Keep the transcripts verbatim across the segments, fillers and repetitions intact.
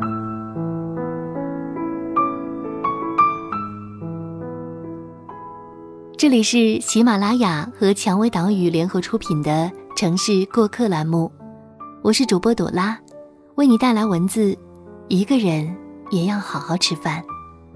这里是喜马拉雅和蔷薇岛屿联合出品的城市过客栏目，我是主播朵拉，为你带来文字，一个人也要好好吃饭。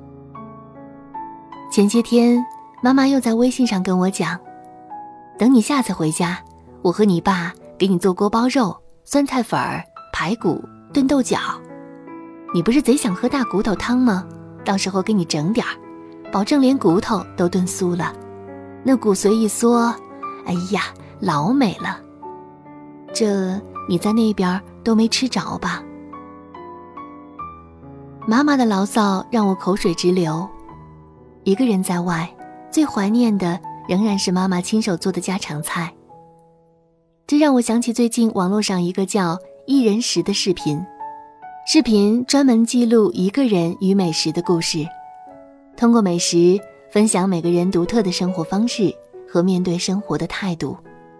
前些天妈妈又在微信上跟我讲，等你下次回家，我和你爸给你做锅包肉、酸菜粉儿、排骨、炖豆角。你不是贼想喝大骨头汤吗？到时候给你整点儿，保证连骨头都炖酥了，那骨髓一缩，哎呀，老美了。这你在那边都没吃着吧？妈妈的牢骚让我口水直流。一个人在外，最怀念的仍然是妈妈亲手做的家常菜。这让我想起最近网络上一个叫一人食的视频，视频专门记录一个人与美食的故事，通过美食分享每个人独特的生活方式和面对生活的态度。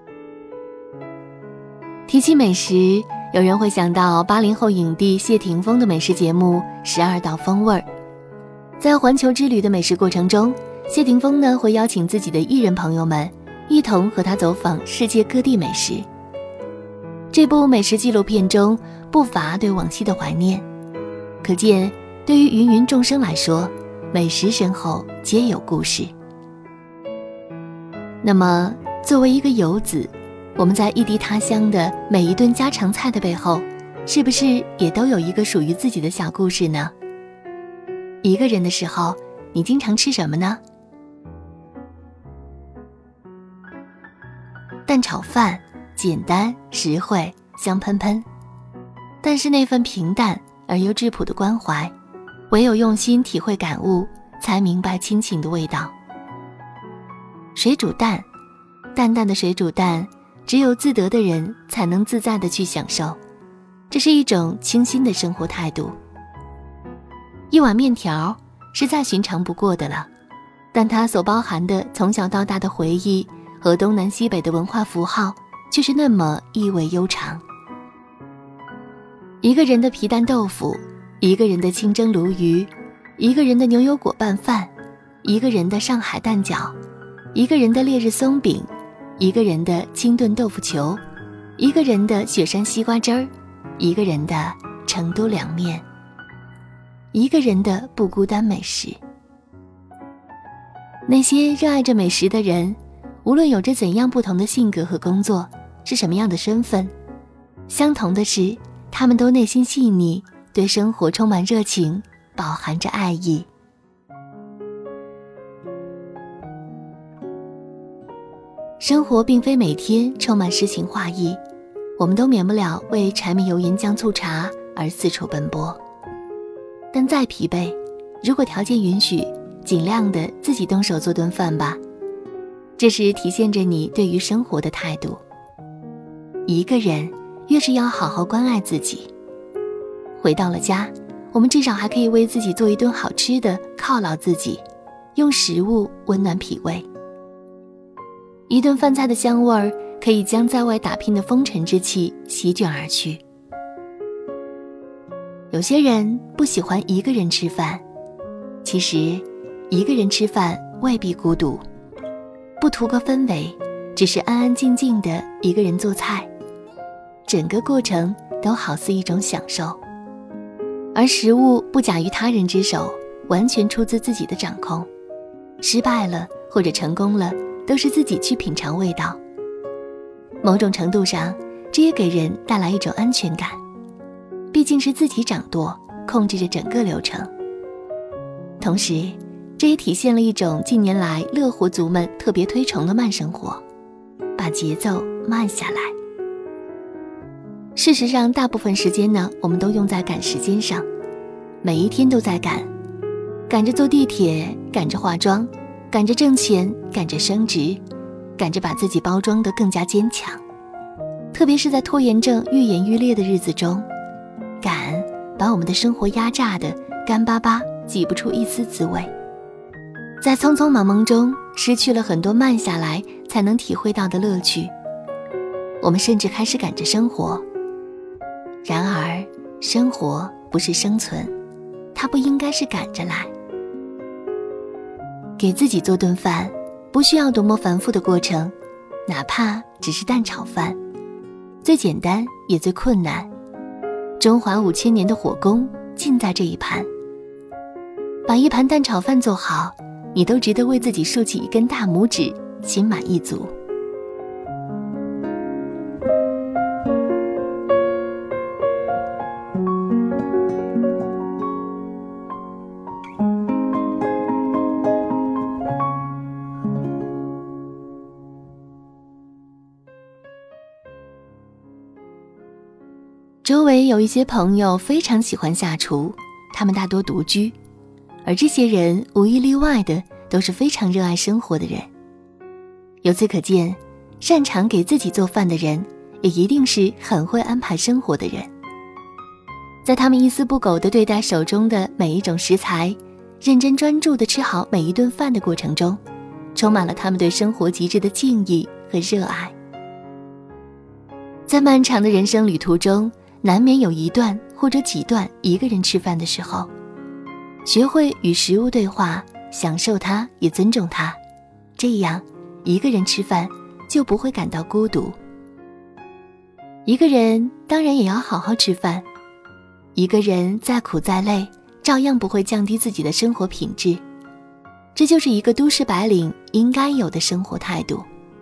提起美食，有人会想到八零后影帝谢霆锋的美食节目《十二道风味》。在环球之旅的美食过程中，谢霆锋呢会邀请自己的艺人朋友们一同和他走访世界各地美食。这部美食纪录片中不乏对往昔的怀念，可见对于芸芸众生来说，美食身后皆有故事。那么作为一个游子，我们在异地他乡的每一顿家常菜的背后，是不是也都有一个属于自己的小故事呢？一个人的时候，你经常吃什么呢？蛋炒饭，简单实惠，香喷喷，但是那份平淡而又质朴的关怀，唯有用心体会感悟，才明白亲情的味道。水煮蛋，淡淡的水煮蛋，只有自得的人才能自在地去享受，这是一种清新的生活态度。一碗面条是再寻常不过的了，但它所包含的从小到大的回忆和东南西北的文化符号，却是那么意味悠长。一个人的皮蛋豆腐，一个人的清蒸鲈鱼，一个人的牛油果拌饭，一个人的上海蛋饺，一个人的烈日松饼，一个人的清炖豆腐球，一个人的雪山西瓜汁儿，一个人的成都凉面，一个人的不孤单美食。那些热爱着美食的人，无论有着怎样不同的性格和工作，是什么样的身份，相同的是，他们都内心细腻，对生活充满热情，饱含着爱意。生活并非每天充满诗情画意，我们都免不了为柴米油盐酱醋茶而四处奔波。但再疲惫，如果条件允许，尽量的自己动手做顿饭吧，这是体现着你对于生活的态度。一个人越是要好好关爱自己。回到了家，我们至少还可以为自己做一顿好吃的犒劳自己，用食物温暖脾胃。一顿饭菜的香味儿可以将在外打拼的风尘之气席卷而去。有些人不喜欢一个人吃饭，其实一个人吃饭未必孤独，不图个氛围，只是安安静静的一个人做菜，整个过程都好似一种享受。而食物不假于他人之手，完全出自自己的掌控，失败了或者成功了，都是自己去品尝味道。某种程度上，这也给人带来一种安全感，毕竟是自己掌舵，控制着整个流程。同时，这也体现了一种近年来乐活族们特别推崇的慢生活，把节奏慢下来。事实上，大部分时间呢，我们都用在赶时间上，每一天都在赶，赶着坐地铁，赶着化妆，赶着挣钱，赶着升职，赶着把自己包装得更加坚强。特别是在拖延症愈演愈烈的日子中，赶把我们的生活压榨得干巴巴，挤不出一丝滋味。在匆匆忙忙中，失去了很多慢下来才能体会到的乐趣。我们甚至开始赶着生活，然而生活不是生存，它不应该是赶着来。给自己做顿饭，不需要多么繁复的过程，哪怕只是蛋炒饭，最简单也最困难。中华五千年的火功尽在这一盘。把一盘蛋炒饭做好，你都值得为自己竖起一根大拇指，心满意足。周围有一些朋友非常喜欢下厨，他们大多独居，而这些人无一例外的都是非常热爱生活的人。由此可见，擅长给自己做饭的人也一定是很会安排生活的人。在他们一丝不苟地对待手中的每一种食材，认真专注地吃好每一顿饭的过程中，充满了他们对生活极致的敬意和热爱。在漫长的人生旅途中，难免有一段或者几段一个人吃饭的时候，学会与食物对话，享受它，也尊重它，这样一个人吃饭就不会感到孤独。一个人当然也要好好吃饭，一个人再苦再累，照样不会降低自己的生活品质，这就是一个都市白领应该有的生活态度。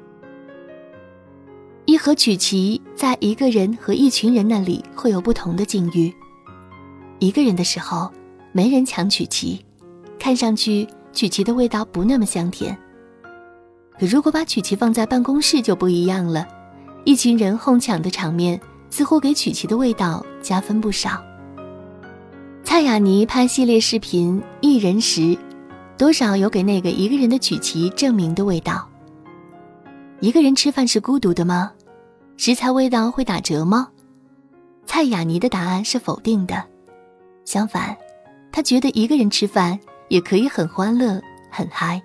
一和曲奇在一个人和一群人那里会有不同的境遇。一个人的时候，没人抢曲奇，看上去曲奇的味道不那么香甜。可如果把曲奇放在办公室就不一样了，一群人哄抢的场面似乎给曲奇的味道加分不少。蔡雅妮拍系列视频一人食，多少有给那个一个人的曲奇证明的味道。一个人吃饭是孤独的吗？食材味道会打折吗？蔡雅妮的答案是否定的。相反，她觉得一个人吃饭也可以很欢乐很嗨。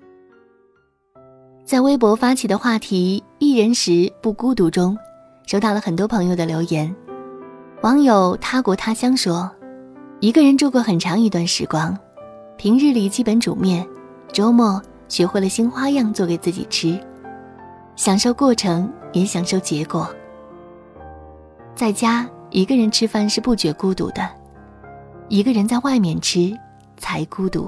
在微博发起的话题一人食不孤独中，收到了很多朋友的留言。网友他国他乡说，一个人住过很长一段时光，平日里基本煮面，周末学会了新花样做给自己吃，享受过程也享受结果。在家一个人吃饭是不觉孤独的，一个人在外面吃才孤独。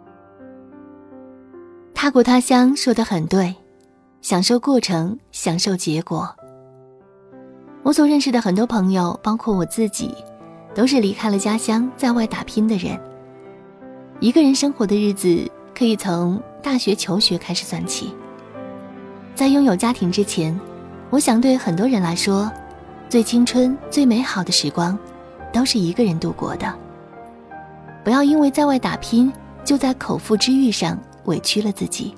他国他乡说得很对，享受过程，享受结果。我所认识的很多朋友，包括我自己，都是离开了家乡在外打拼的人。一个人生活的日子可以从大学求学开始算起。在拥有家庭之前，我想对很多人来说，最青春最美好的时光都是一个人度过的。不要因为在外打拼，就在口腹之欲上委屈了自己。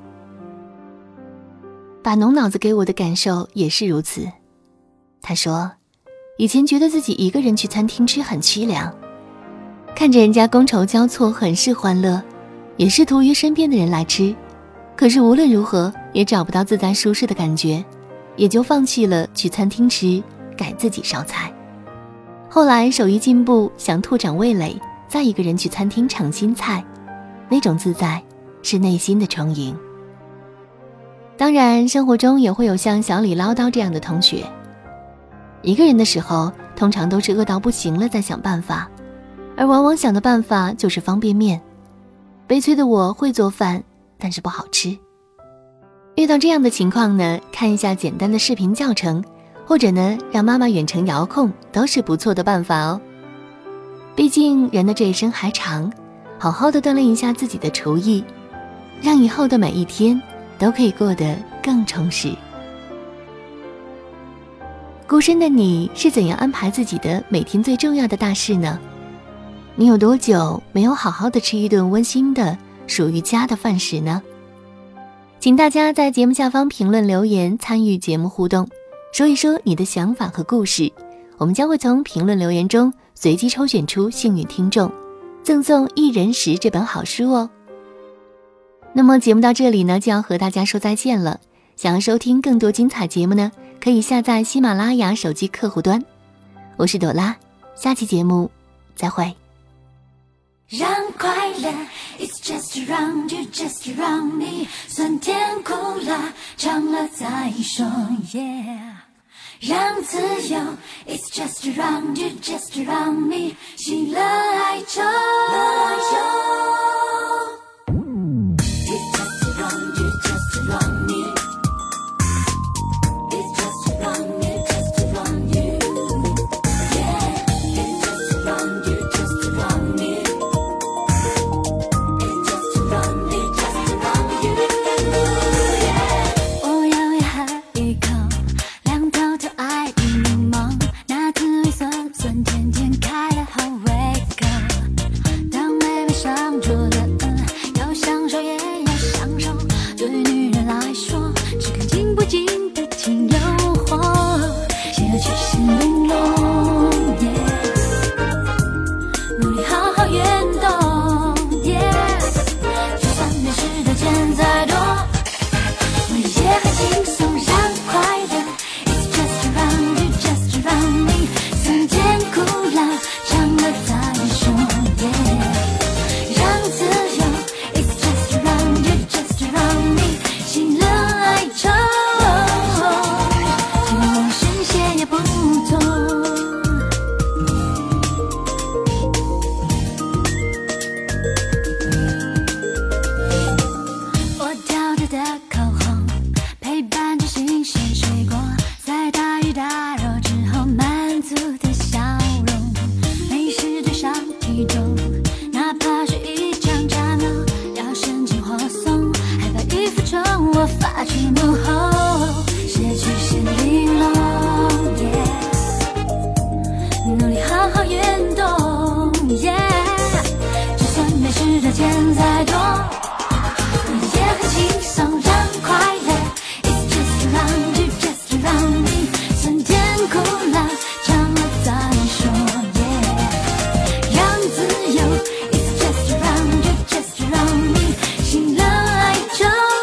把农脑子给我的感受也是如此。他说，以前觉得自己一个人去餐厅吃很凄凉，看着人家觥筹交错，很是欢乐，也试图约身边的人来吃，可是无论如何也找不到自在舒适的感觉，也就放弃了去餐厅吃，改自己烧菜。后来手艺进步，想拓展味蕾，再一个人去餐厅尝新菜，那种自在是内心的充盈。当然生活中也会有像小李唠叨这样的同学，一个人的时候通常都是饿到不行了再想办法，而往往想的办法就是方便面。悲催的我会做饭，但是不好吃。遇到这样的情况呢，看一下简单的视频教程，或者呢让妈妈远程遥控，都是不错的办法哦。毕竟人的这一生还长，好好的锻炼一下自己的厨艺，让以后的每一天都可以过得更充实。孤身的你是怎样安排自己的每天最重要的大事呢？你有多久没有好好的吃一顿温馨的属于家的饭食呢？请大家在节目下方评论留言，参与节目互动，说一说你的想法和故事，我们将会从评论留言中随机抽选出幸运听众，赠送《一人食》这本好书哦。那么节目到这里呢，就要和大家说再见了。想要收听更多精彩节目呢，可以下载喜马拉雅手机客户端。我是朵拉，下期节目再会。 让快乐 It's just around you, just around me， 酸甜苦辣尝了再说 Yeah， 让自由 It's just around you, just around me， 喜乐哀愁It's just around you, just around me，It's just around you, just around you Yeah, it's just around you, just around me，It's just around me, just around you Yeah， 我要要喝一口凉透透爱的柠檬，那滋味酸酸甜甜开了好胃口，当妹妹上桌的要享受也要享受，对女人来说只看经不经的挺诱惑，先要去心玲珑 Yeah， 努力好好运动 Yeah， 就算面试的钱再多我也很轻松，让快乐 It's just around you, just around me， 酸甜苦辣尝了再说 Yeah， 让自由 It's just around you, just around me， 喜乐哀愁天王神仙也不同。我挑着的口红陪伴着新鲜水果，在大鱼大肉之后满足的笑容，美食对上体重，哪怕是一场战斗，要深情火送，还把衣服穿我发出怒吼，谁去先玲珑 Yeah， 努力好好运动 Yeah， 就算没事的钱再多我也很轻松，让快乐 It's just around you, just around me， 酸甜苦辣尝了再说 Yeah， 让自由 It's just around you, just around me， 喜乐哀愁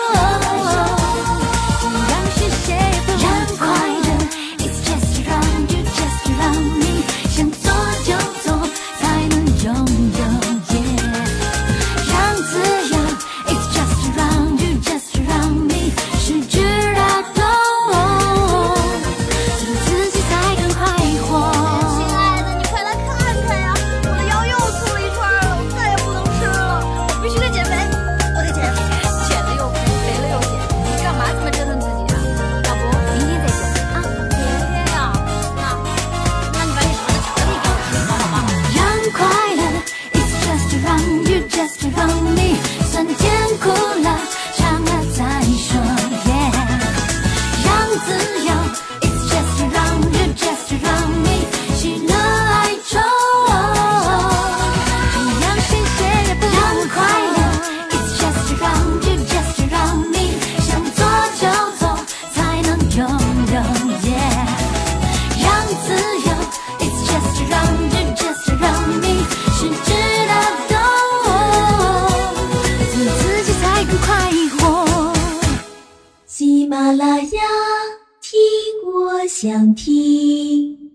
让世界不让快乐 It's just around you, just around me， 想做就做才能拥有 Yeah， 让自由 It's just around you, just around me， 失去了都做自己才更快活。 亲爱的，你快来看看呀，我的腰又粗了一圈了，我再也不能吃了，我必须得减肥，我得减，减了又肥，肥了又减，你干嘛这么折腾自己啊？要不明天再减啊？明天呀？那那你把你手上的巧克力给我吃，好不好？ 让快乐 It's just around you, just around me， 酸甜苦辣尝了再说 Yeah， 让自由 It's just around you, just around me， 喜乐哀愁这样谁谁也不让快乐 It's just around you, just around me， 想做就做才能拥有 Yeah， 让自由 It's just around you, just around me， 是值得都做自己才更快活。 喜马拉雅，听我想听。